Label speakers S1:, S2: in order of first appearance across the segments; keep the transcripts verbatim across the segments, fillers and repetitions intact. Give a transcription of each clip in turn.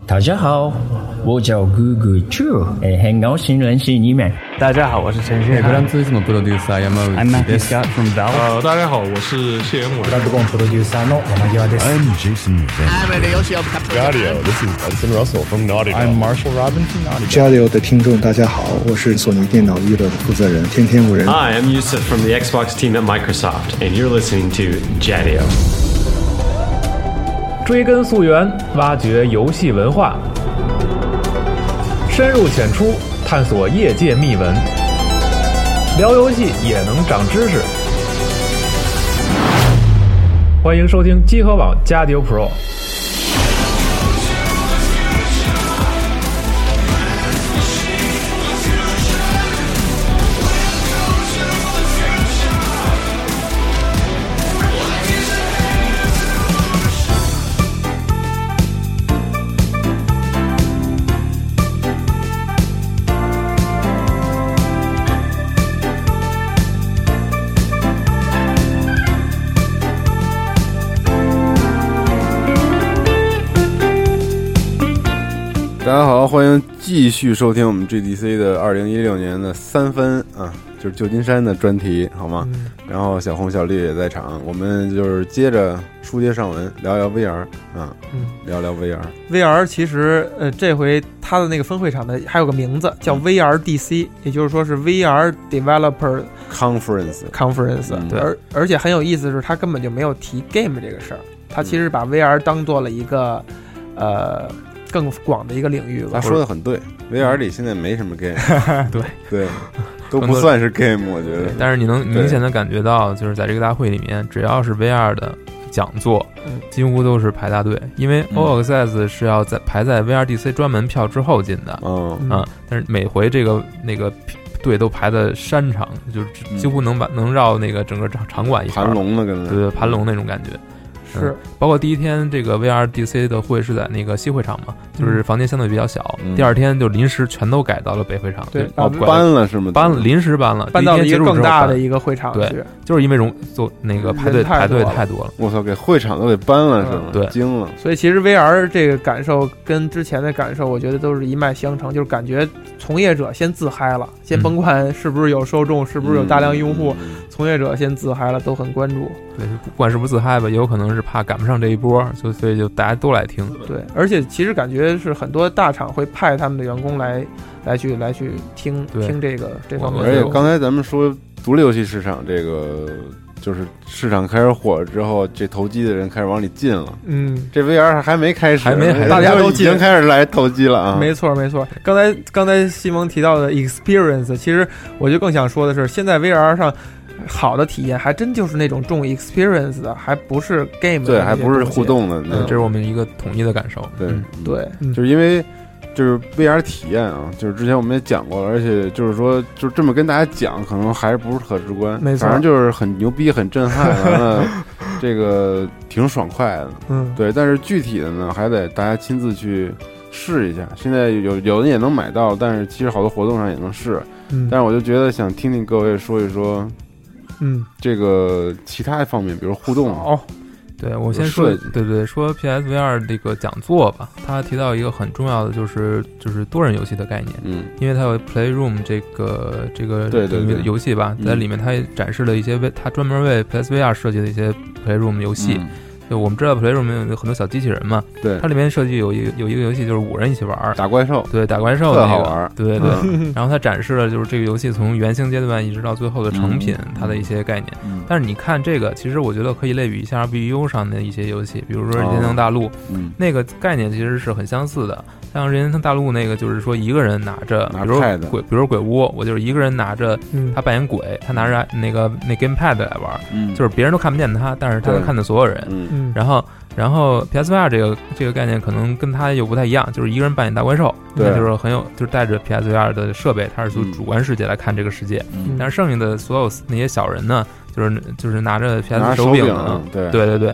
S1: 大家好，我叫 Google Chu， 哎，很高兴认识你们。
S2: 大家好，我是陈迅。
S3: Gran Turismo producer
S2: I'm Matthew Scott from Valve。
S4: 呃，大家好，我是谢元伟。
S5: I'm Jason Van。Jadio,
S6: this is Hudson Russell from Naughty Dog.
S5: I'm Marshall Robin from Naughty Dog.
S7: Jadio 的听众大家好，我是索尼电脑娱乐的负责人天天五人。
S8: Hi, I'm Yusuf from the Xbox team at Microsoft, and you're listening to Jadio。
S9: 追根溯源，挖掘游戏文化，深入浅出，探索业界秘闻，聊游戏也能长知识。欢迎收听集合网加迪欧 Pro。
S3: 大家好，欢迎继续收听我们 G D C 的二零一六年的三分啊，就是旧金山的专题，好吗？嗯、然后小红、小丽也在场，我们就是接着书接上文，聊聊 V R 啊，嗯，聊聊 V R。V
S2: R 其实呃，这回它的那个分会场的还有个名字叫 V R D C，、嗯、也就是说是 V R Developer
S3: Conference
S2: Conference，、嗯、对，而而且很有意思的是，它根本就没有提 game 这个事儿，它其实把 V R 当做了一个呃。更广的一个领域吧。
S3: 他说的很对 ，V R 里现在没什么 game，
S9: 对
S3: 对，都不算是 game， 我觉得。
S9: 但是你能明显的感觉到，就是在这个大会里面，只要是 V R 的讲座，嗯、几乎都是排大队，因为 All Access 是要在排在 V R D C 专门票之后进的，嗯啊，但是每回这个那个队都排的山长，就几乎能把、嗯、能绕那个整个场场馆一圈，
S3: 盘龙的跟
S9: 对对盘龙那种感觉。
S2: 是、
S9: 嗯，包括第一天这个 V R D C 的会是在那个西会场嘛，就是房间相对比较小。嗯、第二天就临时全都改到了北会场，
S2: 对，
S3: 哦，搬了是吗？
S9: 搬了，临时搬了，
S2: 搬到了一个更大的一个会场去。
S9: 对，就是因为容做那个排队排队太多了，
S3: 我操，给会场都给搬了是吗？
S9: 嗯、对，
S3: 惊了。
S2: 所以其实 V R 这个感受跟之前的感受，我觉得都是一脉相承，就是感觉从业者先自嗨了，先甭管是不是有受众，嗯、是不是有大量用户，嗯、从业者先自嗨了，都很关注。
S9: 对，不管是不是自嗨吧，也有可能是怕赶不上这一波，就所以就大家都来听。
S2: 对，而且其实感觉是很多大厂会派他们的员工来来去来去听听这个这方面。
S3: 而且刚才咱们说独立游戏市场这个。就是市场开始火了之后，这投机的人开始往里进了。嗯，这 V R 还没开始，
S9: 还没，
S2: 大家都已
S3: 经开始来投机了啊！
S2: 没错，没错。刚才刚才西蒙提到的 experience， 其实我就更想说的是，现在 V R 上好的体验还真就是那种重 experience 的，还不是 game 的，
S3: 对，还不是互动的。
S9: 对，这是我们一个统一的感受。
S3: 对、
S2: 嗯、对、
S3: 嗯，就是因为。就是 V R 体验啊，就是之前我们也讲过了，而且就是说，就这么跟大家讲，可能还是不是特直观。
S2: 没错，
S3: 反正就是很牛逼、很震撼，完了这个挺爽快的。嗯，对。但是具体的呢，还得大家亲自去试一下。现在有有的也能买到，但是其实好多活动上也能试。嗯，但是我就觉得想听听各位说一说，
S2: 嗯，
S3: 这个其他方面，比如互动。
S2: 哦
S9: 对，我先说，对对，说 P S V R 这个讲座吧，他提到一个很重要的就是就是多人游戏的概念，嗯，因为他有 Playroom 这个这个
S3: 对对对
S9: 游戏吧，在里面他也展示了一些为他专门为 P S V R 设计的一些 Playroom 游戏。嗯，就我们知道 Playroom 有很多小机器人嘛，
S3: 对，
S9: 它里面设计有一有一个游戏就是五人一起玩
S3: 打怪兽，
S9: 对，打怪兽、那个、
S3: 特好玩，
S9: 对对。嗯、然后它展示了就是这个游戏从原型阶段一直到最后的成品，嗯、它的一些概念。嗯、但是你看这个，其实我觉得可以类比一下 V U 上的一些游戏，比如说《任天堂大陆》，嗯，那个概念其实是很相似的。像《任天堂大陆》那个就是说一个人拿着，比如鬼，比如鬼屋，我就是一个人拿着，他扮演鬼，他拿着那个那 GamePad 来玩，嗯，就是别人都看不见他，但是他能看见所有人，嗯，然后。然后 P S V R 这个这个概念可能跟它又不太一样，就是一个人扮演大怪兽，
S3: 对，
S9: 就是很有，就是带着 P S V R 的设备，它是从主观视角来看这个世界。嗯、但是剩下的所有那些小人呢，就是就是拿着 P S 手柄呢，
S3: 对
S9: 对对对，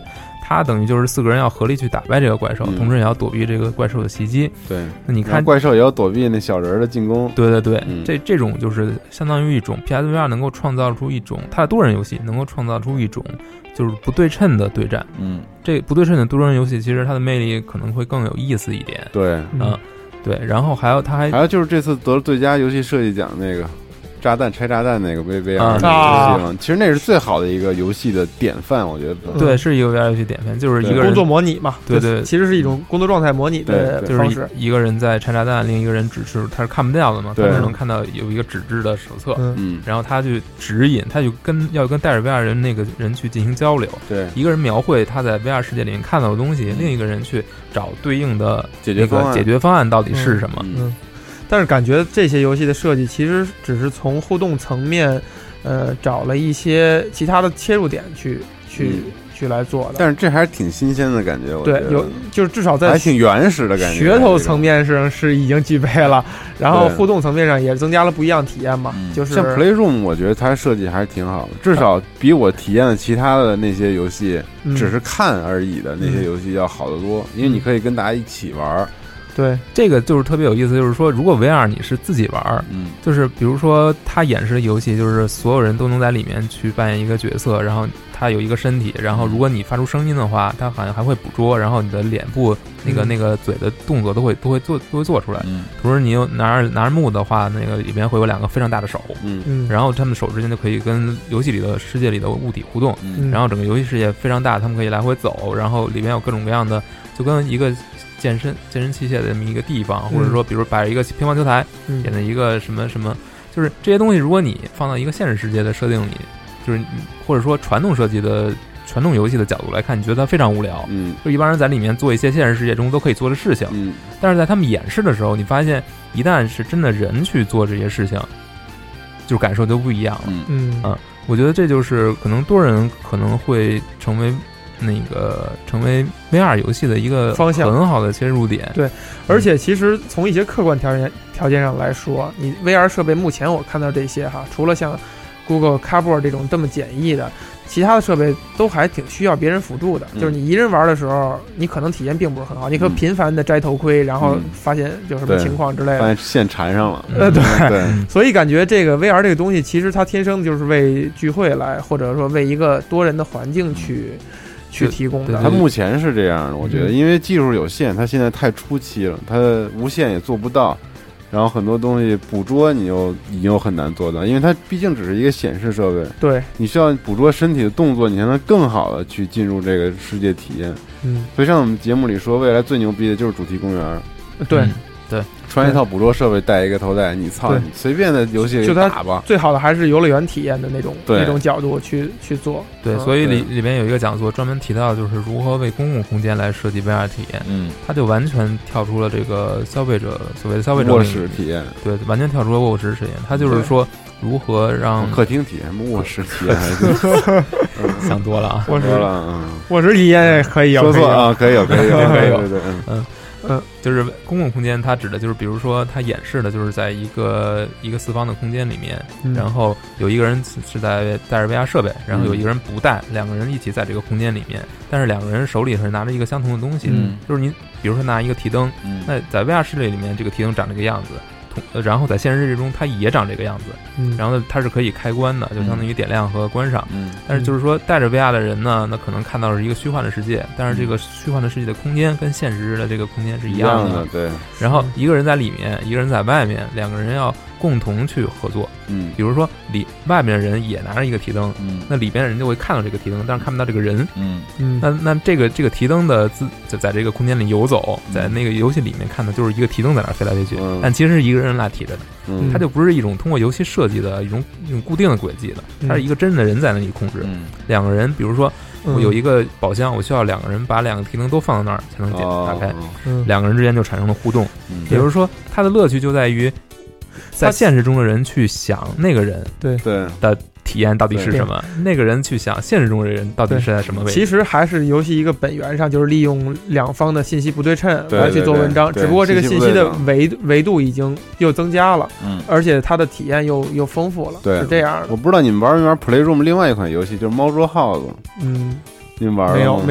S9: 他等于就是四个人要合力去打败这个怪兽，
S3: 嗯、
S9: 同时也要躲避这个怪兽的袭击。
S3: 对，
S9: 那你看
S3: 怪兽也要躲避那小人的进攻。
S9: 对对对，
S3: 嗯、
S9: 这这种就是相当于一种 P S V R 能够创造出一种它的多人游戏能够创造出一种就是不对称的对战。
S3: 嗯，
S9: 这不对称的多人游戏其实它的魅力可能会更有意思一点。
S3: 对，
S9: 嗯。嗯对，然后还有他还
S3: 还有就是这次得了最佳游戏设计奖那个炸弹拆炸弹那个 V R
S9: 啊
S3: 那个游戏嘛，其实那是最好的一个游戏的典范，我觉得。
S9: 对，是一个 V R 游戏典范，就是一个人
S2: 工作模拟嘛。
S9: 对对，
S2: 其实是一种工作状态模拟的方式。
S9: 就是一个人在拆炸弹，另一个人只是他是看不到的嘛，他只能看到有一个纸质的手册，
S3: 嗯，
S9: 然后他去指引，他就跟要跟带着 V R 人那个人去进行交流。
S3: 对，
S9: 一个人描绘他在 V R 世界里面看到的东西，另一个人去找对应的
S3: 解决方案，
S9: 解决方案到底是什么？
S2: 嗯。但是感觉这些游戏的设计其实只是从互动层面，呃，找了一些其他的切入点去去、嗯、去来做的。
S3: 但是这还是挺新鲜的感觉，我觉得
S2: 对，有就是至少在
S3: 还挺原始的感觉。
S2: 噱头层面上是已经具备了，然后互动层面上也增加了不一样体验嘛。就是
S3: 像 Playroom， 我觉得它设计还是挺好的，至少比我体验的其他的那些游戏，
S2: 嗯、
S3: 只是看而已的那些游戏要好得多，嗯、因为你可以跟大家一起玩。
S2: 对，
S9: 这个就是特别有意思，就是说，如果 V R 你是自己玩，
S3: 嗯，
S9: 就是比如说他演示的游戏，就是所有人都能在里面去扮演一个角色，然后他有一个身体，然后如果你发出声音的话，他好像还会捕捉，然后你的脸部那个、嗯、那个嘴的动作都会都会做都会做出来。
S3: 嗯，
S9: 同时你又拿着拿着幕的话，那个里面会有两个非常大的手，
S3: 嗯
S2: 嗯，
S9: 然后他们手之间就可以跟游戏里的世界里的物体互动，
S3: 嗯，
S9: 然后整个游戏世界非常大，他们可以来回走，然后里面有各种各样的，就跟一个。健身健身器械的这么一个地方，或者说，比如摆一个乒乓球台，
S2: 嗯、
S9: 演的一个什么什么，就是这些东西，如果你放到一个现实世界的设定里，就是或者说传统设计的传统游戏的角度来看，你觉得它非常无聊。
S3: 嗯，
S9: 就一般人在里面做一些现实世界中都可以做的事情。
S3: 嗯，
S9: 但是在他们演示的时候，你发现一旦是真的人去做这些事情，就感受就不一样了。
S2: 嗯嗯、
S9: 啊，我觉得这就是可能多人可能会成为。那个成为 V R 游戏的一个
S2: 方向，
S9: 很好的切入点。
S2: 对，而且其实从一些客观条件条件上来说，你 V R 设备目前我看到这些哈，除了像 Google Cardboard 这种这么简易的，其他的设备都还挺需要别人辅助的。
S3: 嗯、
S2: 就是你一人玩的时候，你可能体验并不是很好，你可频繁的摘头盔，然后发现有什么情况之类的，
S3: 发现线缠上了。
S2: 呃，对
S3: 对，
S2: 所以感觉这个 V R 这个东西，其实它天生就是为聚会来，或者说为一个多人的环境去。去提供的，
S3: 它目前是这样的，我觉得，因为技术有限，它现在太初期了，它无线也做不到，然后很多东西捕捉你又已经很难做到，因为它毕竟只是一个显示设备，
S2: 对，
S3: 你需要捕捉身体的动作，你才能更好的去进入这个世界体验。
S2: 嗯，
S3: 所以像我们节目里说，未来最牛逼的就是主题公园，
S2: 对。
S9: 嗯对，
S3: 穿一套捕捉设备，带一个头带，你操，你随便的游戏
S2: 就
S3: 打吧。
S2: 最好的还是游乐园体验的那种
S3: 那
S2: 种角度去去做。
S9: 对，
S2: 嗯、
S9: 所以里里面有一个讲座专门提到，就是如何为公共空间来设计 V R 体验。
S3: 嗯，
S9: 他就完全跳出了这个消费者所谓的消费者
S3: 卧室体验。
S9: 对，完全跳出了卧室体验。他就是说如何让
S3: 客厅体验，什么卧室体验还是
S9: 想多了啊，
S2: 卧室
S3: 了，嗯，
S2: 卧室体验可以有，
S3: 说错啊，可以有，可以有，可以有，对对，
S9: 嗯嗯。嗯，就是公共空间，它指的就是，比如说，它演示的就是在一个一个四方的空间里面，
S2: 嗯、
S9: 然后有一个人是在带着 V R 设备，然后有一个人不带，两个人一起在这个空间里面，但是两个人手里是拿着一个相同的东西，
S2: 嗯、
S9: 就是你比如说拿一个提灯，
S3: 嗯、
S9: 那在 V R 世界里面，这个提灯长这个样子。然后在现实世界中，它也长这个样子，
S2: 嗯，
S9: 然后呢，它是可以开关的，就相当于点亮和关上，
S3: 嗯，
S9: 但是就是说带着 V R 的人呢，那可能看到是一个虚幻的世界，但是这个虚幻的世界的空间跟现实的这个空间是一样的，
S3: 一样的对。
S9: 然后一个人在里面，一个人在外面，两个人要共同去合作，
S3: 嗯，
S9: 比如说里外面的人也拿着一个提灯，
S3: 嗯，
S9: 那里边的人就会看到这个提灯，但是看不到这个人，
S3: 嗯
S2: 嗯，
S9: 那那这个这个提灯的自在在这个空间里游走，在那个游戏里面看的就是一个提灯在那儿飞来飞去，
S3: 嗯、
S9: 但其实是一个人来提着的。
S3: 嗯，
S9: 它就不是一种通过游戏设计的一种一种固定的轨迹的，它是一个真的人在那里控制。
S3: 嗯，
S9: 两个人，比如说我有一个宝箱，我需要两个人把两个提灯都放到那儿才能点打开，
S2: 嗯，
S9: 两个人之间就产生了互动。
S3: 嗯，
S9: 也就是说，它的乐趣就在于在现实中的人去想那个人
S2: 对
S3: 对
S9: 的体验到底是什么，那个人去想现实中的人到底是在什么位置。
S2: 其实还是游戏一个本源上，就是利用两方的信息不对称来去做文章，
S3: 对对对，
S2: 只不过这个信息的维维度已经又增加了，
S3: 嗯，
S2: 而且它的体验又又丰富了，
S3: 对，
S2: 是这样的。
S3: 我不知道你们玩没玩 Playroom 另外一款游戏，就是猫捉耗子，
S2: 嗯，
S3: 你们玩了
S2: 没有没有。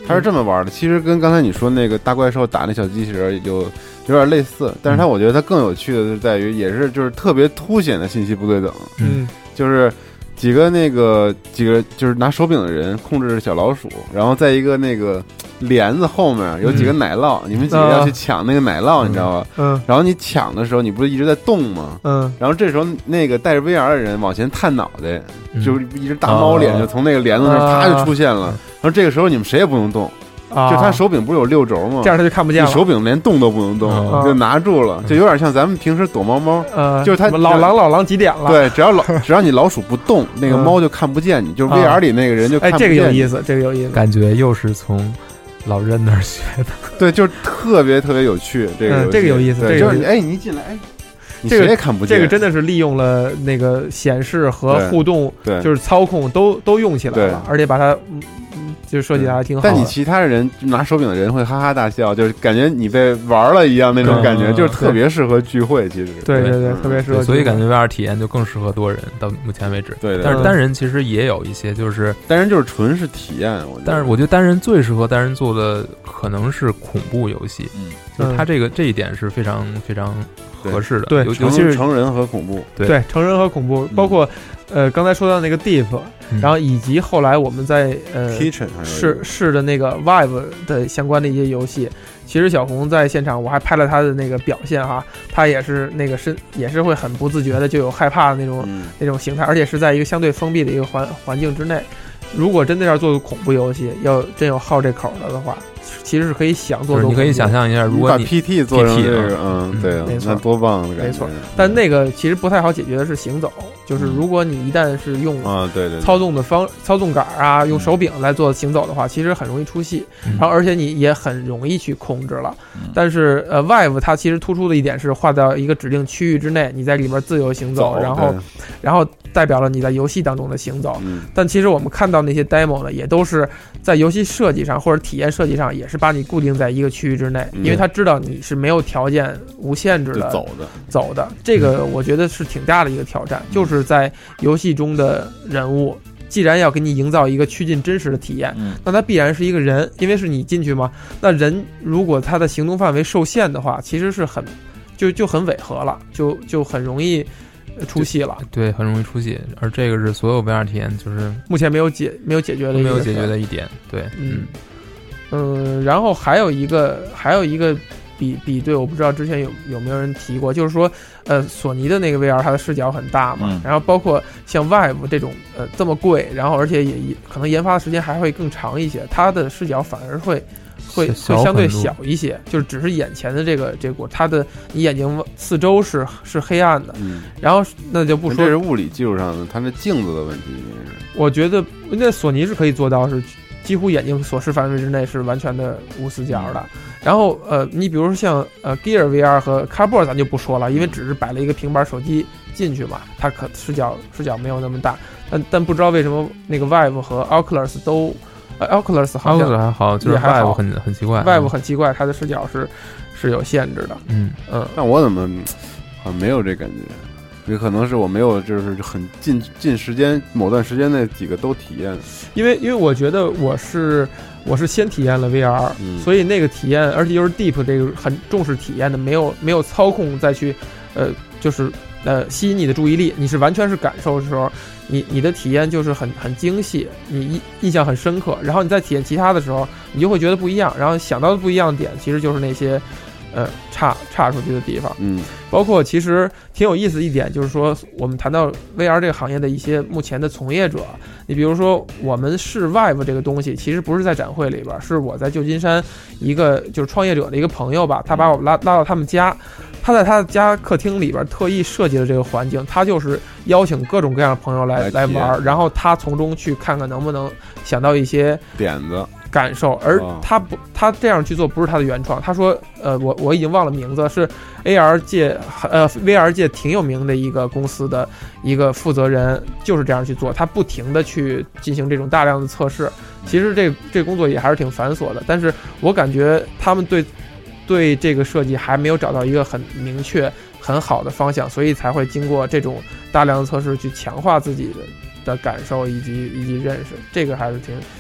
S3: 它是这么玩的，其实跟刚才你说那个大怪兽打那小机器人有有点类似，但是它我觉得它更有趣的是在于，也是就是特别凸显的信息不对等。
S2: 嗯，
S3: 就是几个那个几个就是拿手柄的人控制小老鼠，然后在一个那个帘子后面有几个奶酪，嗯、你们几个要去抢那个奶酪，嗯、你知道吧？
S2: 嗯。
S3: 然后你抢的时候，你不是一直在动吗？
S2: 嗯。
S3: 然后这时候那个戴着 V R 的人往前探脑袋，嗯、就一只大猫脸就从那个帘子那儿啪就出现了。啊、然后这个时候你们谁也不能动。
S2: 啊、
S3: 就他手柄不是有六轴吗？
S2: 这样他就看不见了。
S3: 你手柄连动都不能动，啊、就拿住了，就有点像咱们平时躲猫猫。
S2: 呃，
S3: 就是他
S2: 老狼老狼几点了？
S3: 对，只要老只要你老鼠不动，那个猫就看不见你，就是 V R 里那个人就看不见你。
S2: 哎，这个有意思，这个有意思，
S9: 感觉又是从老任那儿学的。
S3: 对，就是特别特别有趣，这个、
S2: 嗯、这个有意思，
S3: 对，就是哎，你一进来，哎。
S2: 这个
S3: 也看不见，
S2: 这个真的是利用了那个显示和互动，
S3: 对，
S2: 就是操控都都用起来了，而且把它嗯，就设计的还挺好的。
S3: 但你其他人拿手柄的人会哈哈大笑，就是感觉你被玩了一样那种感觉，嗯、就是特别适合聚会。其实，
S2: 对对对，特别适合。
S9: 所以感觉 V R 体验就更适合多人。到目前为止，
S3: 对，对
S9: 但是单人其实也有一些，就是
S3: 单人就是纯是体验。我觉得，
S9: 但是我觉得单人最适合单人做的可能是恐怖游戏，
S3: 嗯，
S9: 就是它这个这一点是非常非常。合适的，
S2: 对，
S9: 尤其是
S3: 成人和恐怖，
S9: 对，
S2: 对成人和恐怖，包括呃刚才说到那个 Deep，、嗯、然后以及后来我们在呃试试的那个 Vive 的相关的一些游戏，其实小红在现场我还拍了他的那个表现哈，他也是那个身也是会很不自觉的就有害怕的那种、嗯、那种形态，而且是在一个相对封闭的一个环环境之内。如果真的要做个恐怖游戏，要真有好这口了的话。其实是可以想做，
S9: 你可以想象一下，如果
S3: 你把 P T 做成这个，嗯，对，那多棒的感觉。
S2: 没错，但那个其实不太好解决的是行走，就是如果你一旦是用
S3: 啊，对对，
S2: 操纵的方操纵杆啊，用手柄来做行走的话，其实很容易出戏，然后而且你也很容易去控制了。但是呃 ，Vive 它其实突出的一点是划到一个指定区域之内，你在里面自由行走，然后然后代表了你在游戏当中的行走。但其实我们看到那些 demo 呢，也都是在游戏设计上或者体验设计上也是把你固定在一个区域之内，因为他知道你是没有条件无限制的
S3: 走的
S2: 走的，这个我觉得是挺大的一个挑战，嗯、就是在游戏中的人物，既然要给你营造一个趋近真实的体验，嗯、那他必然是一个人，因为是你进去嘛。那人如果他的行动范围受限的话，其实是很就就很违和了，就就很容易。出戏了，
S9: 对，很容易出戏，而这个是所有 V R 体验就是
S2: 目前没有解没有解决的
S9: 没有解决的一点，对，
S2: 嗯嗯，然后还有一个还有一个比比对，我不知道之前有有没有人提过，就是说，呃，索尼的那个 V R 它的视角很大嘛，嗯、然后包括像 Vive 这种呃这么贵，然后而且也可能研发的时间还会更长一些，它的视角反而会。会会相对小一些，就是只是眼前的这个这个，它的你眼睛四周是是黑暗的，
S3: 嗯，
S2: 然后那就不说
S3: 这是物理技术上的，它那镜子的问题。
S2: 我觉得那索尼是可以做到，是几乎眼睛所视范围之内是完全的无死角的。嗯、然后呃，你比如说像呃 Gear V R 和 Cardboard 咱就不说了，因为只是摆了一个平板手机进去嘛，它可视角视角没有那么大，但但不知道为什么那个 Vive 和 Oculus 都。呃 ，Oculus 好像
S9: Oculus 还好，就是 Vive 很很奇怪
S2: ，Vive 很奇怪，它的视角是是有限制的。
S9: 嗯
S2: 嗯，
S3: 但我怎么好像没有这感觉？也可能是我没有，就是很近近时间某段时间内几个都体验。
S2: 因为因为我觉得我是我是先体验了 V R，、嗯、所以那个体验，而且又是 Deep 这个很重视体验的，没有没有操控再去呃就是呃吸引你的注意力，你是完全是感受的时候。你你的体验就是很很精细，你印象很深刻，然后你在体验其他的时候，你就会觉得不一样，然后想到的不一样的点，其实就是那些，呃，差差出去的地方。
S3: 嗯，
S2: 包括其实挺有意思的一点，就是说我们谈到 V R 这个行业的一些目前的从业者，你比如说我们试 Vive 这个东西，其实不是在展会里边，是我在旧金山一个就是创业者的一个朋友吧，他把我拉拉到他们家。他在他的家客厅里边特意设计了这个环境，他就是邀请各种各样的朋友来来玩，然后他从中去看看能不能想到一些
S3: 点子
S2: 感受，而他不他这样去做不是他的原创，他说呃我我已经忘了名字，是 A R 界呃 V R 界挺有名的一个公司的一个负责人，就是这样去做，他不停的去进行这种大量的测试，其实这这工作也还是挺繁琐的，但是我感觉他们对对这个设计还没有找到一个很明确很好的方向，所以才会经过这种大量的测试去强化自己的的感受以及以及认识，这个还是挺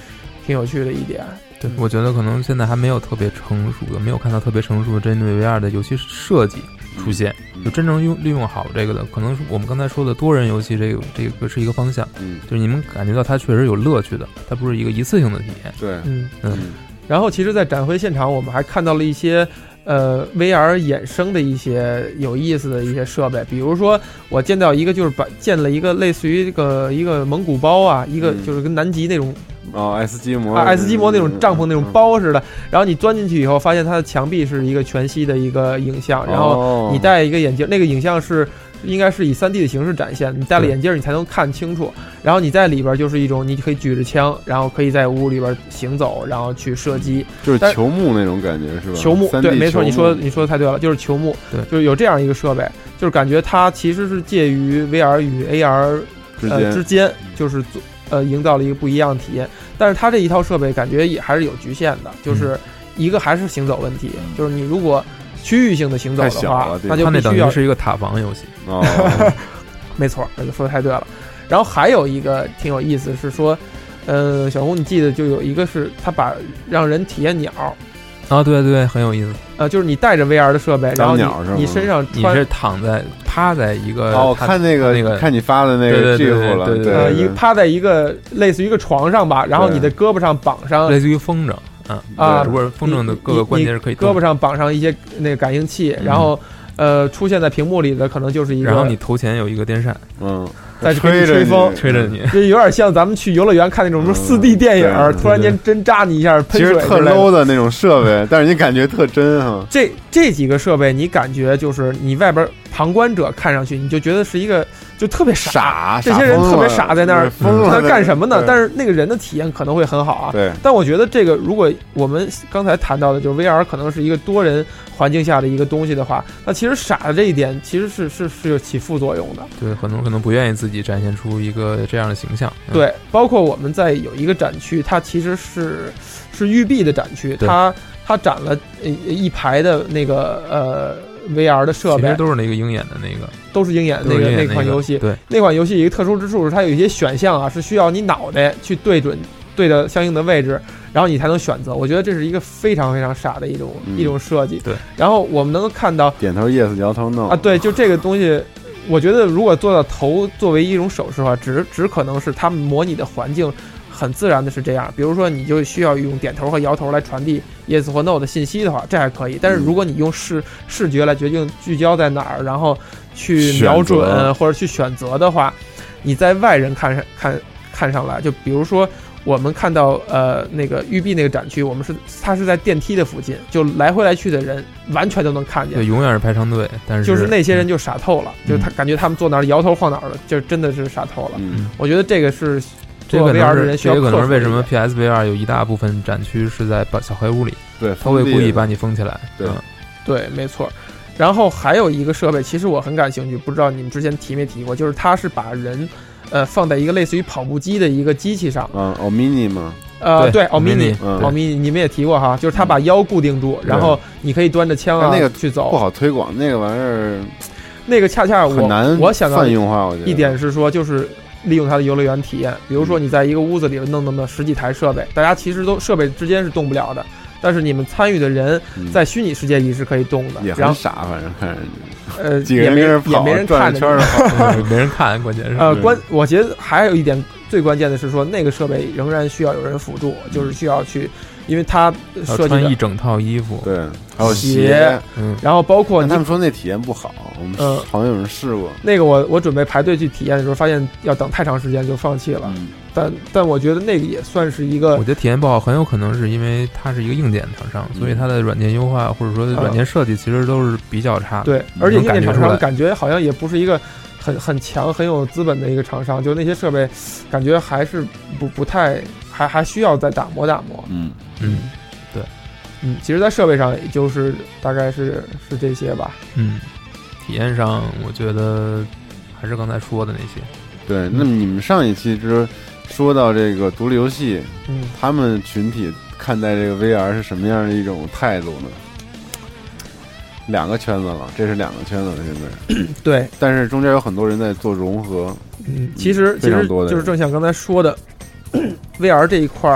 S2: 挺有趣的一点。
S9: 对，我觉得可能现在还没有特别成熟的，没有看到特别成熟的针对 V R 的游戏设计出现，
S3: 嗯、
S9: 就真正用利用好这个的，可能是我们刚才说的多人游戏，这个这个是一个方向。
S3: 嗯，
S9: 就是你们感觉到它确实有乐趣的，它不是一个一次性的体验。
S3: 对，
S2: 嗯
S9: 嗯。
S2: 然后，其实，在展会现场，我们还看到了一些呃 V R 衍生的一些有意思的一些设备，比如说，我见到一个就是把建了一个类似于这个一个蒙古包啊，一个就是跟南极那种。
S3: 哦 ，S 基摩
S2: 啊 ，S 基摩那种帐篷那种包似的，然后你钻进去以后，发现它的墙壁是一个全息的一个影像，然后你戴一个眼镜，那个影像是应该是以 三 D 的形式展现，你戴了眼镜你才能看清楚，然后你在里边就是一种你可以举着枪，然后可以在屋里边行走，然后去射击，
S3: 就是球幕那种感觉是吧？
S2: 球幕，对，没错，你说你说的太对了，就是球幕，
S9: 对，
S2: 就是有这样一个设备，就是感觉它其实是介于 V R 与 A R
S3: 之间，
S2: 呃、之间就是呃营造了一个不一样的体验。但是它这一套设备感觉也还是有局限的，就是一个还是行走问题，嗯、就是你如果区域性的行走的话，那就必须要
S9: 是一个塔防游戏。
S3: 哦，
S2: 没错，说的太对了。然后还有一个挺有意思是说，呃，小红你记得就有一个是他把让人体验鸟。
S9: 啊，对对，很有意思。
S2: 呃，就是你带着 V R 的设备，然后你你身上
S9: 你是躺在趴在一个
S3: 哦，我看那个
S9: 那个
S3: 看你发的那个 G 服了，
S9: 对对
S2: 呃，一个趴在一个类似于一个床上吧，然后你的胳膊上绑上
S9: 类似于风筝，嗯
S2: 啊，
S9: 只不过风筝的各个关节是可以动，
S2: 胳膊上绑上一些那个感应器，然后呃出现在屏幕里的可能就是一个，
S9: 然后你头前有一个电扇，
S3: 嗯。
S2: 在吹
S3: 吹
S2: 风，
S9: 吹着你，
S2: 就有点像咱们去游乐园看那种什么四 D 电影，
S3: 嗯、
S2: 突然间针扎你一下，喷水，
S3: 其实特 low 的那种设备，但是你感觉特真哈。
S2: 这这几个设备，你感觉就是你外边旁观者看上去，你就觉得是一个就特别傻，
S3: 傻
S2: 这些人特别傻在那儿，
S3: 他
S2: 干什么呢？但是那个人的体验可能会很好啊。
S3: 对。
S2: 但我觉得这个，如果我们刚才谈到的，就是 V R 可能是一个多人环境下的一个东西的话，那其实傻的这一点其实是是是有起副作用的。
S9: 对，很多可能不愿意自己展现出一个这样的形象。
S2: 嗯、对，包括我们在有一个展区，它其实是是育碧的展区，它它展了一排的那个呃 V R 的设备，
S9: 其实都是那个鹰眼的那个，
S2: 都是鹰眼那个那款游戏。
S9: 对，
S2: 那款游戏一个特殊之处是它有一些选项啊，是需要你脑袋去对准对的相应的位置，然后你才能选择。我觉得这是一个非常非常傻的一种、嗯、一种设计。
S9: 对，
S2: 然后我们能够看到
S3: 点头 yes 摇头 no
S2: 啊，对，就这个东西。我觉得如果做到头作为一种手势的话，只只可能是他们模拟的环境很自然的是这样。比如说，你就需要用点头和摇头来传递 yes 或 no 的信息的话，这还可以。但是如果你用视视觉来决定聚焦在哪儿，然后去瞄准或者去选择的话，你在外人看上看看上来，就比如说。我们看到呃那个育碧那个展区，我们是它是在电梯的附近，就来回来去的人完全都能看见，
S9: 对，永远是排长队。但是
S2: 就是那些人就傻透了，
S9: 嗯、
S2: 就是他感觉他们坐那儿摇头晃脑的，就真的是傻透了。
S3: 嗯，
S2: 我觉得这个是
S9: 这个
S2: V R 的人需要克服的。
S9: 这个可能是为什么 P S V R 有一大部分展区是在小黑屋里，
S3: 对，
S9: 他会故意把你封起来。
S3: 对、
S9: 嗯，
S2: 对，没错。然后还有一个设备，其实我很感兴趣，不知道你们之前提没提过，就是它是把人呃放在一个类似于跑步机的一个机器上。
S3: 嗯 ，Omni 吗？
S2: 呃，对 ，Omni，Omni，、
S3: 嗯、
S2: 你们也提过哈，就是他把腰固定住，然后你可以端着枪啊
S3: 那个
S2: 去走。
S3: 不好推广那个玩意儿，
S2: 那个恰恰我
S3: 很难
S2: 我想到
S3: 泛用化，我觉得
S2: 一点是说就是利用它的游乐园体验，比如说你在一个屋子里弄那么十几台设备，大家其实都设备之间是动不了的。但是你们参与的人在虚拟世界里是可以动的，
S3: 嗯、也很傻，反正看着
S2: 呃
S3: 几个人跟人
S2: 也没人看着，
S9: 没人看，关键是
S2: 呃关。我觉得还有一点最关键的是说，那个设备仍然需要有人辅助，嗯、就是需要去，因为它设计
S9: 穿一整套衣服，
S3: 对，还有
S2: 鞋，
S3: 嗯，
S2: 然后包括
S3: 他们说那体验不好，我们
S2: 嗯，
S3: 好像有人试过。
S2: 那个我我准备排队去体验的时候，发现要等太长时间就放弃了。
S3: 嗯
S2: 但但我觉得那个也算是一个，
S9: 我觉得体验不好很有可能是因为它是一个硬件厂商，
S3: 嗯、
S9: 所以它的软件优化或者说软件设计其实都是比较差的。
S2: 对，而且硬件厂商
S9: 感
S2: 觉好像也不是一个很很强、很有资本的一个厂商，就那些设备感觉还是不不太还还需要再打磨打磨。
S3: 嗯
S9: 嗯，对，
S2: 嗯，其实，在设备上也就是大概是是这些吧。
S9: 嗯，体验上我觉得还是刚才说的那些。
S3: 对，那么你们上一期之说到这个独立游戏，
S2: 嗯，
S3: 他们群体看待这个 V R 是什么样的一种态度呢？两个圈子了，这是两个圈子了，现在
S2: 对，
S3: 但是中间有很多人在做融合。
S2: 嗯，其实其实就是正像刚才说的，V R 这一块儿，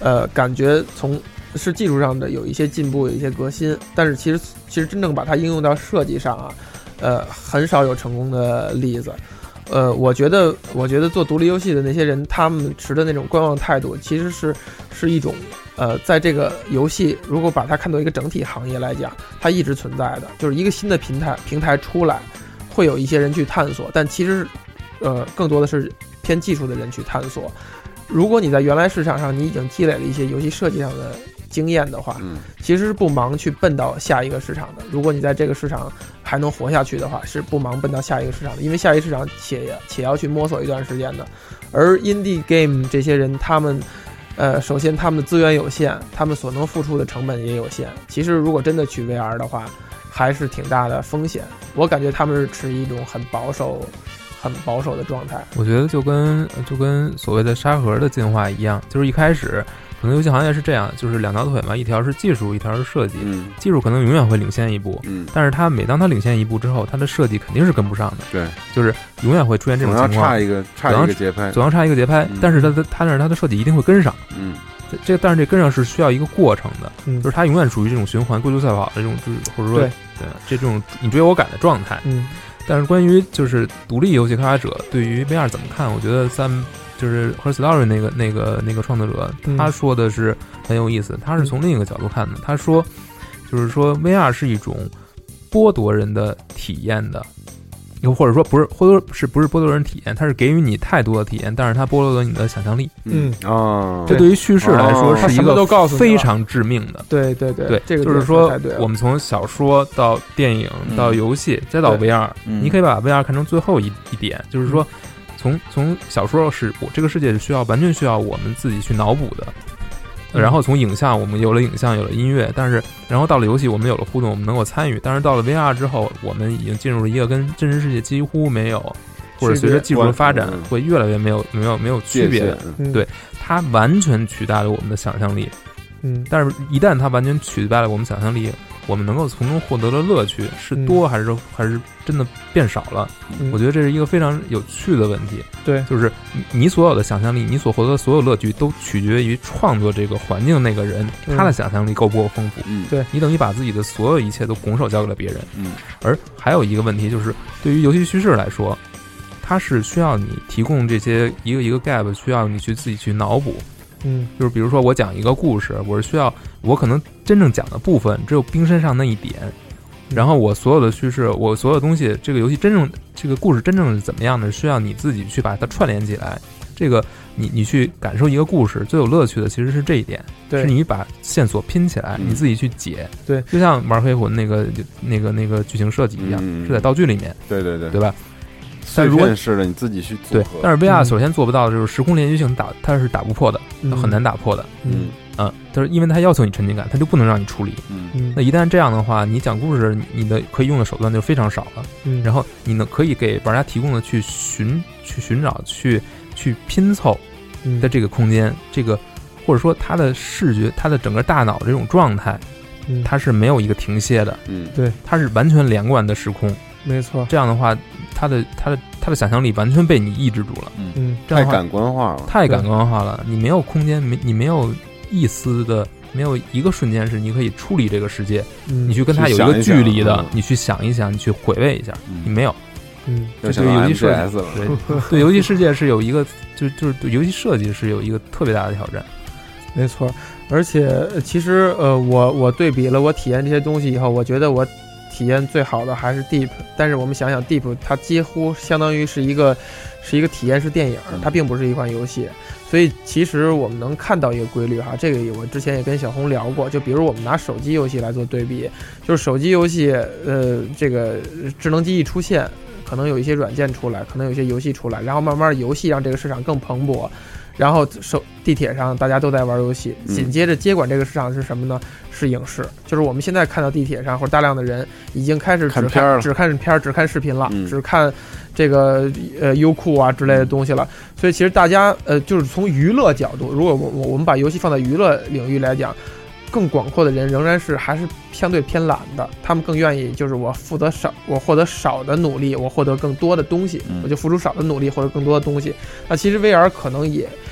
S2: 呃，感觉从是技术上的有一些进步，有一些革新，但是其实其实真正把它应用到设计上啊，呃，很少有成功的例子。呃，我觉得，我觉得做独立游戏的那些人，他们持的那种观望态度，其实是是一种，呃，在这个游戏如果把它看作一个整体行业来讲，它一直存在的，就是一个新的平台平台出来，会有一些人去探索，但其实，呃，更多的是偏技术的人去探索。如果你在原来市场上你已经积累了一些游戏设计上的经验的话，
S3: 嗯，
S2: 其实是不忙去奔到下一个市场的。如果你在这个市场还能活下去的话，是不忙奔到下一个市场的，因为下一个市场且且要去摸索一段时间的。而 indie game 这些人，他们，呃，首先他们的资源有限，他们所能付出的成本也有限。其实如果真的去 V R 的话，还是挺大的风险。我感觉他们是持一种很保守。很保守的状态，
S9: 我觉得就跟就跟所谓的沙盒的进化一样，就是一开始可能游戏行业是这样，就是两条腿嘛，一条是技术，一条是设计。
S3: 嗯，
S9: 技术可能永远会领先一步，
S3: 嗯，
S9: 但是它每当它领先一步之后，它的设计肯定是跟不上的。
S3: 对，
S9: 就是永远会出现这种情况，
S3: 总要差一个差一个节拍，
S9: 总要差一个节拍，
S3: 嗯、
S9: 但是它的它但是它的设计一定会跟上。
S3: 嗯，
S9: 这但是这跟上是需要一个过程的，
S2: 嗯，
S9: 就是它永远属于这种循环、龟速赛跑的这种，就是或者说
S2: 对
S9: 对这种你追我赶的状态。
S2: 嗯。
S9: 但是关于就是独立游戏开发者对于 V R 怎么看，我觉得咱们就是和 Story 那个那个那个创作者他说的是很有意思，他是从另一个角度看的。他说，就是说 V R 是一种剥夺人的体验的，又或者说不是剥夺，是不是剥夺人体验？它是给予你太多的体验，但是它剥夺了你的想象力。
S2: 嗯
S3: 啊，
S9: 这对于叙事来说是一个非常致命的。
S2: 对对对
S9: 对，
S2: 这个
S9: 就是说，我们从小说到电影到游戏，再到 V R， 你可以把 V R 看成最后一一点，就是说，从从小说是我这个世界是需要完全需要我们自己去脑补的。然后从影像，我们有了影像，有了音乐，但是然后到了游戏，我们有了互动，我们能够参与。但是到了 V R 之后，我们已经进入了一个跟真实世界几乎没有，或者随着技术的发展会越来越没有没有没有区别。对，它完全取代了我们的想象力。
S2: 嗯，
S9: 但是一旦它完全取代了我们想象力，我们能够从中获得的乐趣是多还是、嗯、还是真的变少了、嗯？我觉得这是一个非常有趣的问题。
S2: 对，
S9: 就是你所有的想象力，你所获得的所有乐趣，都取决于创作这个环境那个人、嗯、他的想象力够不够丰富。
S3: 嗯，
S2: 对，
S9: 你等于把自己的所有一切都拱手交给了别人。
S3: 嗯，
S9: 而还有一个问题就是，对于游戏叙事来说，它是需要你提供这些一个一个 gap， 需要你去自己去脑补。
S2: 嗯，
S9: 就是比如说我讲一个故事，我是需要我可能真正讲的部分只有冰山上那一点，然后我所有的叙事，我所有东西，这个游戏真正这个故事真正是怎么样的，需要你自己去把它串联起来。这个你你去感受一个故事，最有乐趣的其实是这一点，
S2: 对，
S9: 是你把线索拼起来，你自己去解。
S2: 对，
S9: 就像玩黑魂那个那个那个剧情设计一样，
S3: 嗯、
S9: 是在道具里面。
S3: 对对对，
S9: 对吧？
S3: 但如果是的，你自己去组合。
S9: 对，但是 V R 首先做不到的就是时空连续性打，它是打不破的，
S2: 嗯、
S9: 很难打破的。
S3: 嗯
S9: 嗯，就是因为它要求你沉浸感，它就不能让你处理。
S3: 嗯，
S9: 那一旦这样的话，你讲故事，你的可以用的手段就非常少了。
S2: 嗯，
S9: 然后你呢可以给玩家提供的去寻、去寻找、去去拼凑的这个空间，嗯、这个或者说它的视觉、它的整个大脑的这种状态，
S2: 嗯、
S9: 它是没有一个停歇的。
S3: 嗯，
S2: 对，
S9: 它是完全连贯的时空。
S2: 没错，
S9: 这样的话，他的他的他的想象力完全被你抑制住了。
S2: 嗯，
S3: 太感官化了，
S9: 太感官化了。你没有空间，没你没有一丝的，没有一个瞬间是你可以处理这个世界，
S2: 嗯、
S9: 你去跟他有一个距离的，
S3: 嗯、
S9: 你去想一想，你去回味一下，
S3: 嗯、
S9: 你没有。
S2: 嗯，
S9: 这对游戏设计，对对游戏世界是有一个，就就是对游戏设计是有一个特别大的挑战。
S2: 没错，而且其实呃，我我对比了我体验这些东西以后，我觉得我。体验最好的还是 Deep， 但是我们想想 Deep 它几乎相当于是一个是一个体验式电影，它并不是一款游戏，所以其实我们能看到一个规律哈，这个我之前也跟小红聊过，就比如我们拿手机游戏来做对比，就是手机游戏呃这个智能机一出现，可能有一些软件出来，可能有一些游戏出来，然后慢慢游戏让这个市场更蓬勃，然后手地铁上大家都在玩游戏，紧接着接管这个市场是什么呢？是影视，就是我们现在看到地铁上或者大量的人已经开始只看
S3: 片儿
S2: 只看片儿只看视频了，
S3: 嗯、
S2: 只看这个呃优酷啊之类的东西了。所以其实大家呃就是从娱乐角度，如果我我们把游戏放在娱乐领域来讲，更广阔的人仍然是还是相对偏懒的，他们更愿意就是我负责少，我获得少的努力，我获得更多的东西，
S3: 嗯、
S2: 我就付出少的努力获得更多的东西。那其实 V R 可能也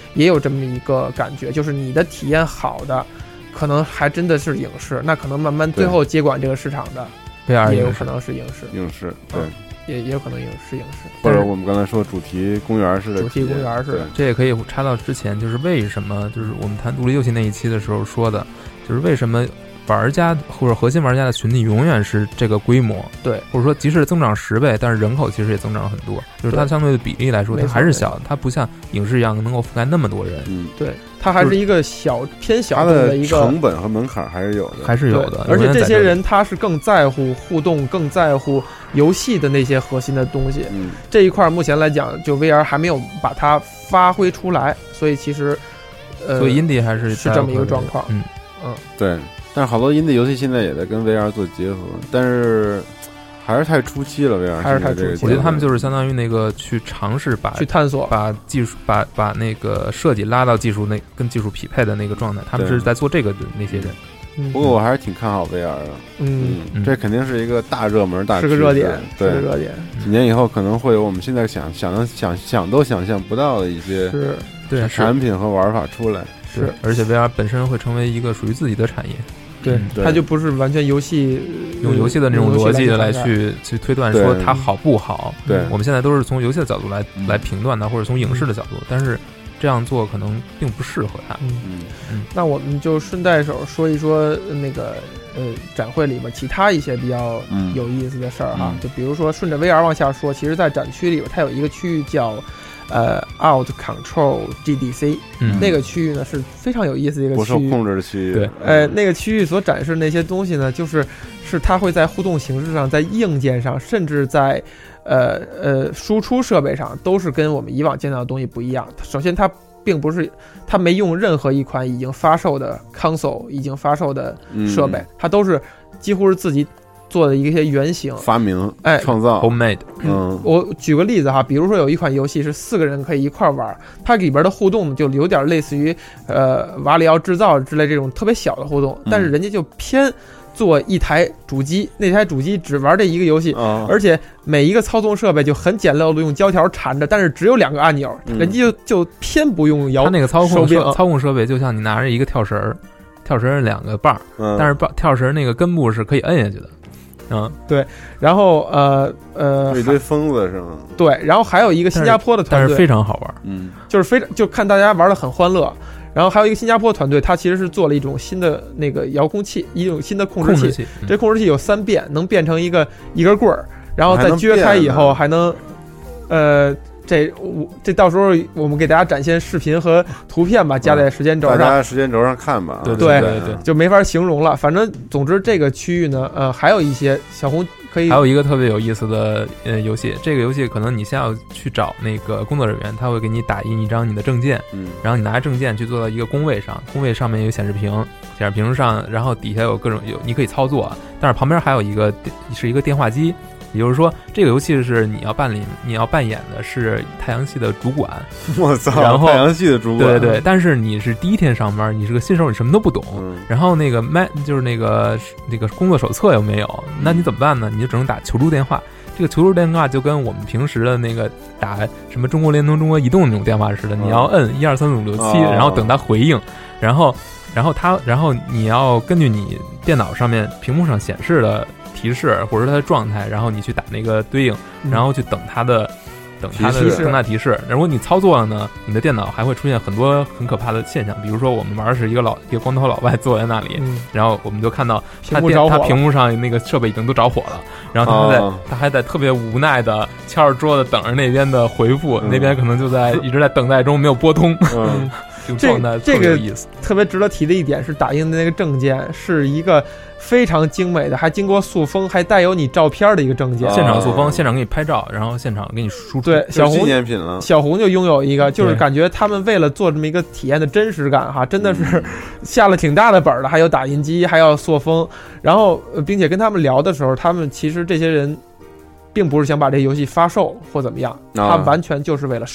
S2: 也有这么一个感觉，就是你的体验好的，可能还真的是影视，那可能慢慢最后接管这个市场的，也有可能是影视，
S3: 影视对。嗯
S2: 也也有可能影视影视，
S3: 或者我们刚才说主题公园式的
S2: 主题公园式的，
S9: 这也可以插到之前，就是为什么就是我们谈独立游戏那一期的时候说的，就是为什么玩家或者核心玩家的群体永远是这个规模，
S2: 对，
S9: 或者说即使增长十倍，但是人口其实也增长很多，就是它相对的比例来说，它还是小，它不像影视一样能够覆盖那么多人，
S3: 嗯，
S2: 对。它还是一个小偏小
S3: 的
S2: 一个
S3: 成本和门槛还是有的，
S9: 还是有的。
S2: 而且这些人他是更在乎互动，更在乎游戏的那些核心的东西。
S3: 嗯，
S2: 这一块目前来讲，就 V R 还没有把它发挥出来，所以其实，呃，
S9: 所以 indie 还是
S2: 是这么一个状况。
S9: 嗯
S2: 嗯，
S3: 对。但是好多 indie 游戏现在也在跟 V R 做结合，但是。还是太初期了 ，V R
S2: 还是太初期。
S9: 我觉得他们就是相当于那个去尝试把
S2: 去探索，
S9: 把技术把把那个设计拉到技术那跟技术匹配的那个状态。他们是在做这个的那些人。
S2: 嗯、
S3: 不过我还是挺看好 V R 的。
S2: 嗯，
S3: 嗯这肯定是一个大热门、大
S2: 是个热点，
S3: 对，
S2: 是个热点。
S3: 几年以后可能会有我们现在想想想想都想象不到的一些
S2: 是
S9: 对
S3: 产品和玩法出来。
S2: 是，
S9: 而且 V R 本身会成为一个属于自己的产业。
S2: 对，它就不是完全游戏
S9: 用游戏的那种逻辑来去去推断说它好不好。
S3: 对，
S9: 我们现在都是从游戏的角度来来评断它，或者从影视的角度，但是这样做可能并不适合它。
S2: 嗯嗯。那我们就顺带手说一说那个呃展会里边其他一些比较有意思的事儿哈，就比如说顺着 V R 往下说，其实，在展区里边它有一个区域叫。呃 ，Out Control G D C，、嗯、那个区域呢是非常有意思的一个区域，
S3: 不受控制的区域。
S2: 对，呃，那个区域所展示的那些东西呢，就是是它会在互动形式上，在硬件上，甚至在呃呃输出设备上，都是跟我们以往见到的东西不一样。首先，它并不是，它没用任何一款已经发售的 console 已经发售的设备，嗯、它都是几乎是自己。做的一些原型
S3: 发明
S2: 哎
S3: 创造
S9: homemade
S2: 嗯，我举个例子哈，比如说有一款游戏是四个人可以一块玩，它里边的互动就有点类似于呃瓦里奥制造之类这种特别小的互动，但是人家就偏做一台主机，那台主机只玩这一个游戏、
S3: 哦、
S2: 而且每一个操纵设备就很简陋的用胶条缠着，但是只有两个按钮、嗯、人家就就偏不用摇
S9: 它那个操控设操控设备就像你拿着一个跳绳，跳绳是两个棒、嗯、但是棒跳绳那个根部是可以摁下去的。嗯，
S2: 对，然后呃呃，
S3: 一堆疯子是吗？
S2: 对，然后还有一个新加坡的团队，
S9: 但是非常好玩，
S3: 嗯，
S2: 就是非常就看大家玩得很欢乐。然后还有一个新加坡团队，它其实是做了一种新的那个遥控器，一种新的控制器。
S9: 控制器
S2: 嗯、这控制器有三变，能变成一个一根棍儿，然后再撅开以后还能，呃。这我这到时候我们给大家展现视频和图片吧，加在时间轴上，
S3: 大家时间轴上看吧。
S2: 对
S9: 对对对，
S2: 就没法形容了。反正总之这个区域呢，呃，还有一些小红可以。
S9: 还有一个特别有意思的呃游戏，这个游戏可能你先要去找那个工作人员，他会给你打印一张你的证件，
S3: 嗯，
S9: 然后你拿着证件去坐到一个工位上，工位上面有显示屏，显示屏上，然后底下有各种有你可以操作，但是旁边还有一个是一个电话机。也就是说，这个游戏是你要扮演，你要扮演的是太阳系的主管。
S3: 我操！
S9: 然后
S3: 太阳系的主管，
S9: 对对对。但是你是第一天上班，你是个新手，你什么都不懂。
S3: 嗯、
S9: 然后那个麦就是那个那个工作手册又没有，那你怎么办呢？你就只能打求助电话。这个求助电话就跟我们平时的那个打什么中国联通、中国移动那种电话似的，嗯、你要摁一二三四五六七，然后等它回应，然后然后它然后你要根据你电脑上面屏幕上显示的。提示或者说它的状态，然后你去打那个对应，然后去等它的、嗯、等它的更大提示。如果你操作了呢，你的电脑还会出现很多很可怕的现象，比如说我们玩的是一个老一个光头老外坐在那里，
S2: 嗯、
S9: 然后我们就看到他
S2: 电
S9: 他屏幕上那个设备已经都着火了，然后他还在、哦、他还在特别无奈的敲着桌子等着那边的回复，嗯、那边可能就在一直在等待中没有拨通。
S3: 嗯
S2: 这这个特别值得提的一点是，打印的那个证件是一个非常精美的，还经过塑封，还带有你照片的一个证件。
S9: 现场塑封，现场给你拍照，然后现场给你输出。
S2: 对，小红
S3: 纪念品了。
S2: 小红就拥有一个，就是感觉他们为了做这么一个体验的真实感，哈，真的是下了挺大的本的，还有打印机，还要塑封，然后并且跟他们聊的时候，他们其实这些人并不是想把这游戏发售或怎么样，他完全就是为了售。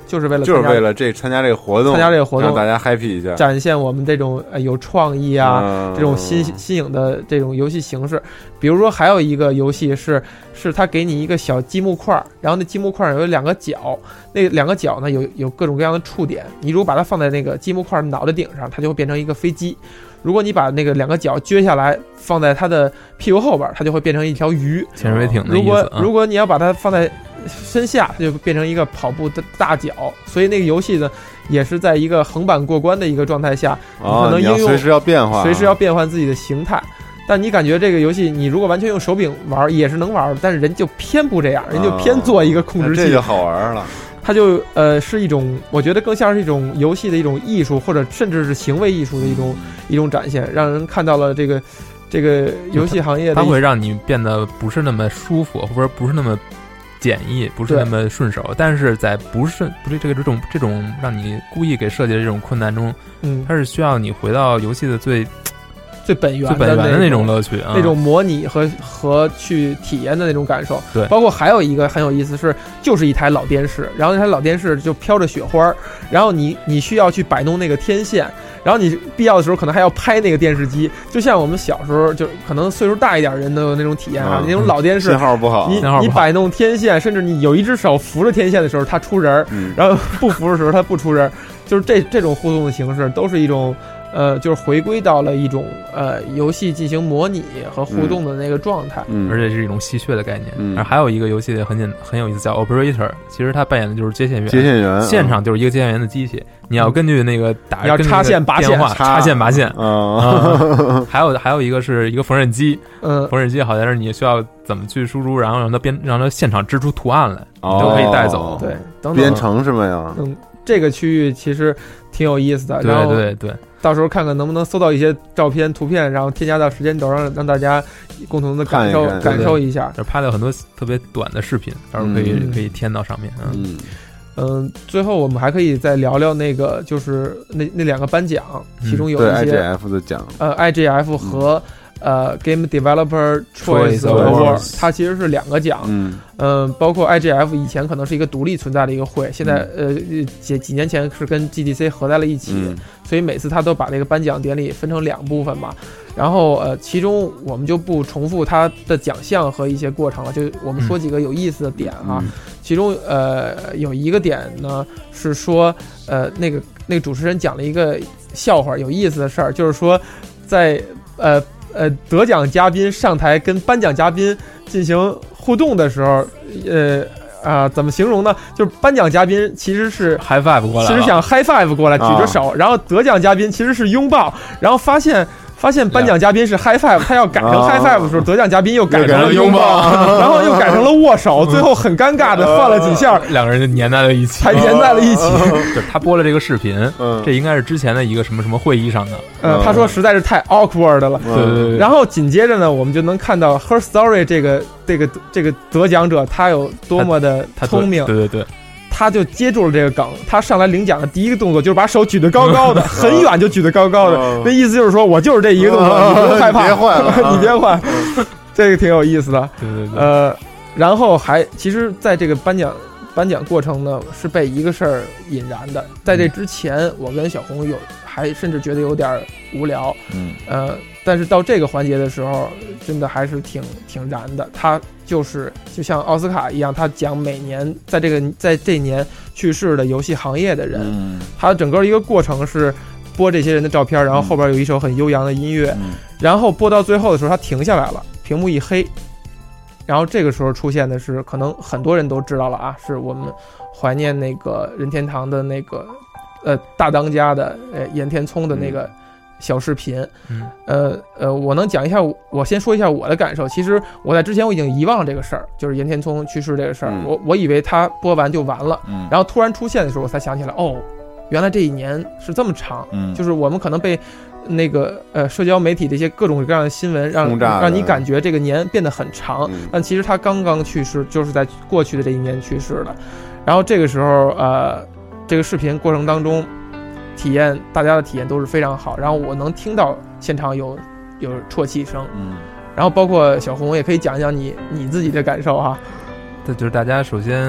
S2: 就是为了
S3: 就是为了这参加这个活动，
S2: 参加这个活动
S3: 让大家 happy 一下，
S2: 展现我们这种呃有创意啊、
S3: 嗯、
S2: 这种新新颖的这种游戏形式。比如说还有一个游戏是是它给你一个小积木块，然后那积木块上有两个角，那两个角呢有有各种各样的触点，你如果把它放在那个积木块脑袋顶上，它就会变成一个飞机。如果你把那个两个脚撅下来放在它的屁股后边，它就会变成一条鱼，
S9: 潜水艇的意思。
S2: 如果如果你要把它放在身下，它就变成一个跑步的大脚。所以那个游戏呢，也是在一个横版过关的一个状态下，
S3: 哦、
S2: 你可能应用
S3: 随时要变化，
S2: 随时要变换自己的形态。但你感觉这个游戏，你如果完全用手柄玩也是能玩，但是人就偏不这样，人就偏做一个控制器，
S3: 哦、这就好玩了。
S2: 它就呃是一种，我觉得更像是一种游戏的一种艺术，或者甚至是行为艺术的一种一种展现，让人看到了这个这个游戏行业的。
S9: 它会让你变得不是那么舒服，或者不是那么简易，不是那么顺手。但是在不是不是这个这种这种让你故意给设计的这种困难中，
S2: 嗯，
S9: 它是需要你回到游戏的最。
S2: 最本源的
S9: 最本源的那种乐趣啊，
S2: 那种模拟和和去体验的那种感受。
S9: 对，
S2: 包括还有一个很有意思是，就是一台老电视，然后那台老电视就飘着雪花，然后你你需要去摆弄那个天线，然后你必要的时候可能还要拍那个电视机，就像我们小时候就可能岁数大一点人都有那种体验啊，
S3: 嗯、
S2: 那种老电视
S3: 信号不好，
S2: 你你摆弄天线，甚至你有一只手扶着天线的时候它出人，
S3: 嗯、
S2: 然后不扶的时候它不出人，就是这这种互动的形式都是一种。呃，就是回归到了一种呃游戏进行模拟和互动的那个状态，
S3: 嗯，
S9: 而且是一种戏谑的概念。
S3: 嗯，
S9: 而还有一个游戏很简很有意思，叫 Operator， 其实他扮演的就是接线员，
S3: 接线员，
S9: 现场就是一个接线员的机器，嗯、你要根据那个打，
S2: 你要插线拔线，
S9: 插线拔线
S3: 啊、
S9: 嗯。还有还有一个是一个缝纫机，
S2: 嗯，
S9: 缝纫机好像是你需要怎么去输入，然后让它编让它现场织出图案来，
S3: 哦、
S9: 你都可以带走。
S2: 对，等等
S3: 编程是吗呀？
S2: 嗯，这个区域其实挺有意思的。
S9: 对
S2: 然后
S9: 对对。
S2: 到时候看看能不能搜到一些照片、图片，然后添加到时间轴上，让大家共同的感受
S3: 看一看
S2: 感受一下。
S9: 就拍了很多特别短的视频，到时候可以、
S2: 嗯、
S9: 可以添到上面。
S3: 嗯
S2: 嗯，最后我们还可以再聊聊那个，就是那那两个颁奖，其中有一些、
S3: 嗯、I G F 的奖，
S2: 呃 ，I G F 和、嗯、呃 Game Developer Choice
S9: Award，
S2: 它其实是两个奖。
S3: 嗯
S2: 嗯、呃，包括 I G F 以前可能是一个独立存在的一个会，现在、
S3: 嗯、
S2: 呃几几年前是跟 G D C 合在了一起。
S3: 嗯，
S2: 所以每次他都把这个颁奖典礼分成两部分嘛，然后呃，其中我们就不重复他的奖项和一些过程了，就我们说几个有意思的点啊。
S3: 嗯、
S2: 其中呃有一个点呢是说，呃那个那个主持人讲了一个笑话，有意思的事儿，就是说在呃呃得奖嘉宾上台跟颁奖嘉宾进行互动的时候，呃。啊、呃，怎么形容呢？就是颁奖嘉宾其实是
S9: high five 过来，
S2: 其实想 high five 过来，举着手，啊、然后得奖嘉宾其实是拥抱，然后发现发现颁奖嘉宾是 high five， 他要改成 high five 的时候，得奖嘉宾又改成了拥抱，然后又改成了握手，最后很尴尬的换了几下，
S9: 两个人就粘在了一起，
S2: 才粘在了一起。
S9: 就是他播了这个视频，这应该是之前的一个什么什么会议上的。
S2: 嗯，他说实在是太 awkward 了。
S9: 对对对。
S2: 然后紧接着呢，我们就能看到 Her Story 这个这个这个得奖者他有多么的聪明。
S9: 对对对。
S2: 他就接住了这个梗，他上来领奖的第一个动作就是把手举得高高的，很远就举得高高的，那意思就是说我就是这一个动作，你不用害怕，
S3: 别坏了，
S2: 你别坏，这个挺有意思的。
S9: 对对对。
S2: 呃，然后还其实在这个颁奖颁奖过程呢，是被一个事儿引燃的。在这之前，我跟小红有还甚至觉得有点无聊，
S3: 嗯，
S2: 呃，但是到这个环节的时候，真的还是挺挺燃的。他就是就像奥斯卡一样，他讲每年在这个在这年去世的游戏行业的人，
S3: 嗯，
S2: 他整个一个过程是播这些人的照片，然后后边有一首很悠扬的音乐，
S3: 嗯，
S2: 然后播到最后的时候，他停下来了，屏幕一黑。然后这个时候出现的是，可能很多人都知道了啊，是我们怀念那个任天堂的那个呃大当家的呃岩田聪的那个小视频。
S9: 嗯，
S2: 呃呃，我能讲一下，我先说一下我的感受。其实我在之前我已经遗忘了这个事儿，就是岩田聪去世这个事儿，
S3: 嗯、
S2: 我我以为他播完就完了，
S3: 嗯，
S2: 然后突然出现的时候，我才想起来，哦，原来这一年是这么长，
S3: 嗯，
S2: 就是我们可能被那个呃社交媒体这些各种各样的新闻让让你感觉这个年变得很长，
S3: 嗯，
S2: 但其实他刚刚去世，就是在过去的这一年去世的。然后这个时候呃这个视频过程当中体验大家的体验都是非常好，然后我能听到现场有有啜泣声，
S3: 嗯，
S2: 然后包括小红也可以讲一讲你你自己的感受哈。
S9: 这就是大家首先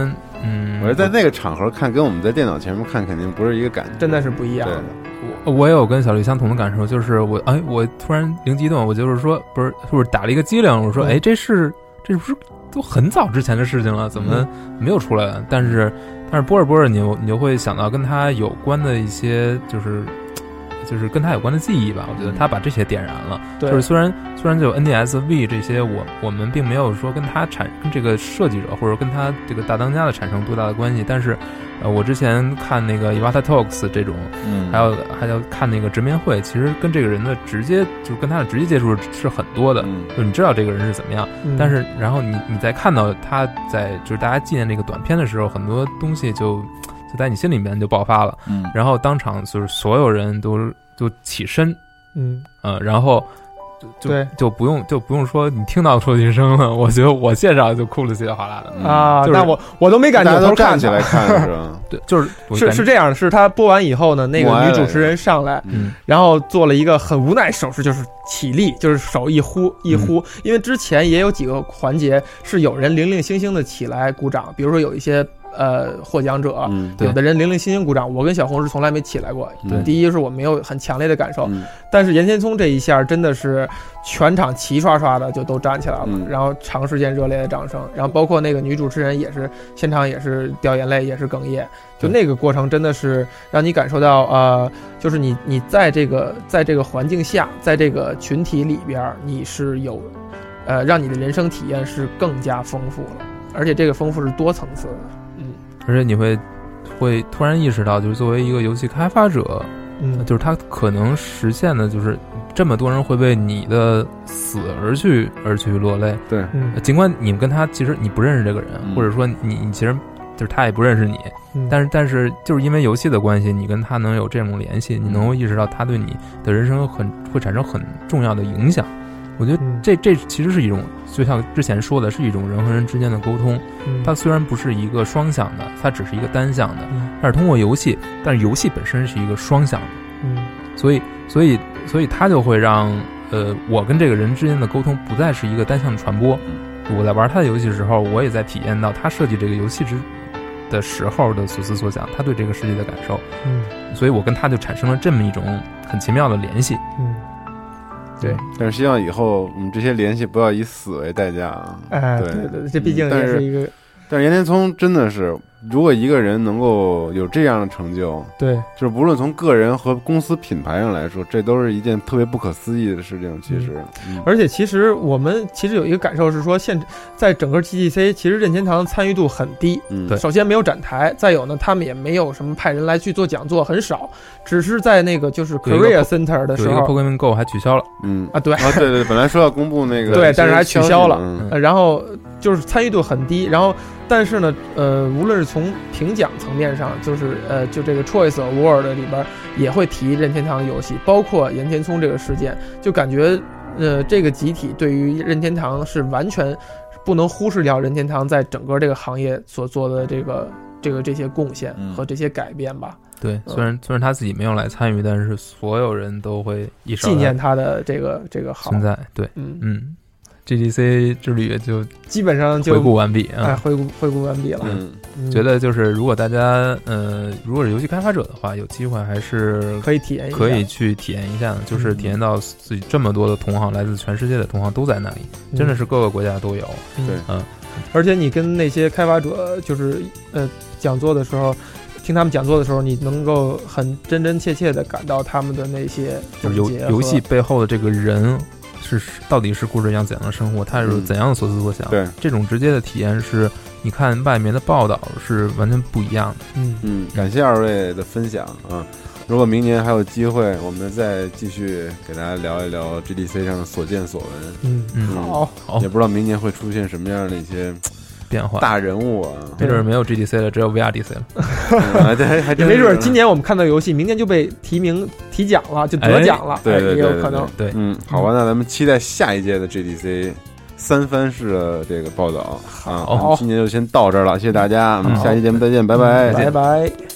S9: 嗯，
S3: 我觉得在那个场合看，跟我们在电脑前面看肯定不是一个感觉，
S2: 真的是不一样的。
S9: 我我也有跟小绿相同的感受，就是我哎，我突然灵机一动，我就是说，不是，是不是打了一个机灵？我说，哎，这是这不是都很早之前的事情了，怎么没有出来？但是但是播着播着，你你就会想到跟他有关的一些，就是就是跟他有关的记忆吧。我觉得他把这些点燃了，
S2: 对，
S9: 就是虽然虽然就 N D S V 这些，我我们并没有说跟他产跟这个设计者或者跟他这个大当家的产生多大的关系，但是。呃，我之前看那个 Iwata Talks 这种，嗯，还有还有看那个直面会，其实跟这个人的直接就跟他的直接接触是很多的，嗯，就你知道这个人是怎么样，嗯、但是然后你你在看到他在就是大家纪念这个短片的时候，很多东西就就在你心里面就爆发了，嗯，然后当场就是所有人都就起身，
S2: 嗯
S9: 呃，然后。就
S2: 对，
S9: 就不用就不用说你听到啜泣声了，我觉得我现场就哭得稀里哗啦的、
S2: 嗯、啊、
S9: 就是！
S2: 那我我都没敢扭头
S3: 站起来看，是吧？
S9: 对，就是
S2: 是是这样，是他播完以后呢，那个女主持人上来，
S9: 嗯，
S2: 然后做了一个很无奈手势，就是起立，就是手一呼一呼、嗯，因为之前也有几个环节是有人零零星星的起来鼓掌，比如说有一些。呃，获奖者、嗯，有的人零零星星鼓掌，我跟小红是从来没起来过。对，第一是我没有很强烈的感受，嗯、但是岩田聪这一下真的是全场齐刷刷的就都站起来了、嗯，然后长时间热烈的掌声，然后包括那个女主持人也是现场也是掉眼泪，也是哽咽，就那个过程真的是让你感受到，呃，就是你你在这个在这个环境下，在这个群体里边，你是有，呃，让你的人生体验是更加丰富了，而且这个丰富是多层次的。
S9: 而且你会会突然意识到，就是作为一个游戏开发者，嗯，就是他可能实现的就是这么多人会为你的死而去而去落泪。
S3: 对，
S9: 嗯、尽管你们跟他其实你不认识这个人，嗯、或者说你你其实就是他也不认识你，嗯、但是但是就是因为游戏的关系，你跟他能有这种联系，你能够意识到他对你的人生很会产生很重要的影响。我觉得这这其实是一种，就像之前说的，是一种人和人之间的沟通。嗯、它虽然不是一个双向的，它只是一个单向的，嗯、但是通过游戏，但是游戏本身是一个双向的。
S2: 嗯，
S9: 所以所以所以它就会让呃我跟这个人之间的沟通不再是一个单向的传播。嗯、我在玩他的游戏的时候，我也在体验到他设计这个游戏之的时候的所思所想，他对这个世界的感受。
S2: 嗯，
S9: 所以我跟他就产生了这么一种很奇妙的联系。
S2: 嗯。对，
S3: 但是希望以后我们这些联系不要以死为代价啊！
S2: 哎，
S3: 对
S2: 对对，这毕竟也是一个。
S3: 但是岩田聪真的是，如果一个人能够有这样的成就，
S2: 对，
S3: 就是无论从个人和公司品牌上来说，这都是一件特别不可思议的事情。其实，
S2: 嗯、而且其实我们其实有一个感受是说，现在整个 G T C 其实任天堂参与度很低。
S3: 嗯，
S2: 对，首先没有展台，再有呢，他们也没有什么派人来去做讲座，很少，只是在那个就是 Career Center 的时候，
S9: 有一个 Pokemon Go 还取消了。
S3: 嗯
S2: 啊，对
S3: 啊，对对，本来说要公布那个，
S2: 对，但是还取消了。
S3: 嗯
S2: 呃、然后就是参与度很低，然后。但是呢，呃，无论是从评奖层面上，就是呃，就这个 Choice Award 里边也会提任天堂游戏，包括岩田聪这个事件，就感觉呃，这个集体对于任天堂是完全不能忽视掉任天堂在整个这个行业所做的这个这个这些贡献和这些改变吧。
S9: 嗯、对，虽然、嗯、虽然他自己没有来参与，但是所有人都会意识到
S2: 纪念他的这个这个好
S9: 存在。对，
S2: 嗯
S9: 嗯。G T C 之旅就
S2: 基本上就
S9: 回顾完毕啊，
S2: 哎，回顾回顾完毕了。
S3: 嗯，
S2: 嗯
S9: 觉得就是如果大家呃，如果是游戏开发者的话，有机会还是
S2: 可以体验一下，
S9: 可以去体验一下，就是体验到自己这么多的同行，来自全世界的同行都在那里，
S2: 嗯、
S9: 真的是各个国家都有。
S3: 对，
S9: 嗯，
S2: 而且你跟那些开发者就是呃讲座的时候。听他们讲座的时候，你能够很真真切切的感到他们的那些
S9: 就是游游戏背后的这个人是到底是过着样怎样的生活，他是怎样的所思所想。
S3: 对、
S9: 嗯，这种直接的体验是你看外面的报道是完全不一样的。
S2: 嗯
S3: 嗯，感谢二位的分享啊！如果明年还有机会，我们再继续给大家聊一聊 G D C 上的所见所闻。
S2: 嗯
S9: 嗯，
S2: 好，
S9: 好，
S3: 也不知道明年会出现什么样的一些。
S9: 变化
S3: 大人物啊，
S9: 没准没有 G D C 了，只有 V R D C 了。
S3: 嗯、对，还
S2: 也没准今年我们看到游戏，明年就被提名提奖了，就得奖了，
S3: 哎、对, 对, 对, 对，
S2: 也有可能。
S9: 对，
S3: 嗯，好吧，那咱们期待下一届的 G D C 三番式的这个报道啊。
S2: 好，
S3: 今年就先到这儿了，谢谢大家，我们下期节目再见，拜拜，
S2: 拜拜。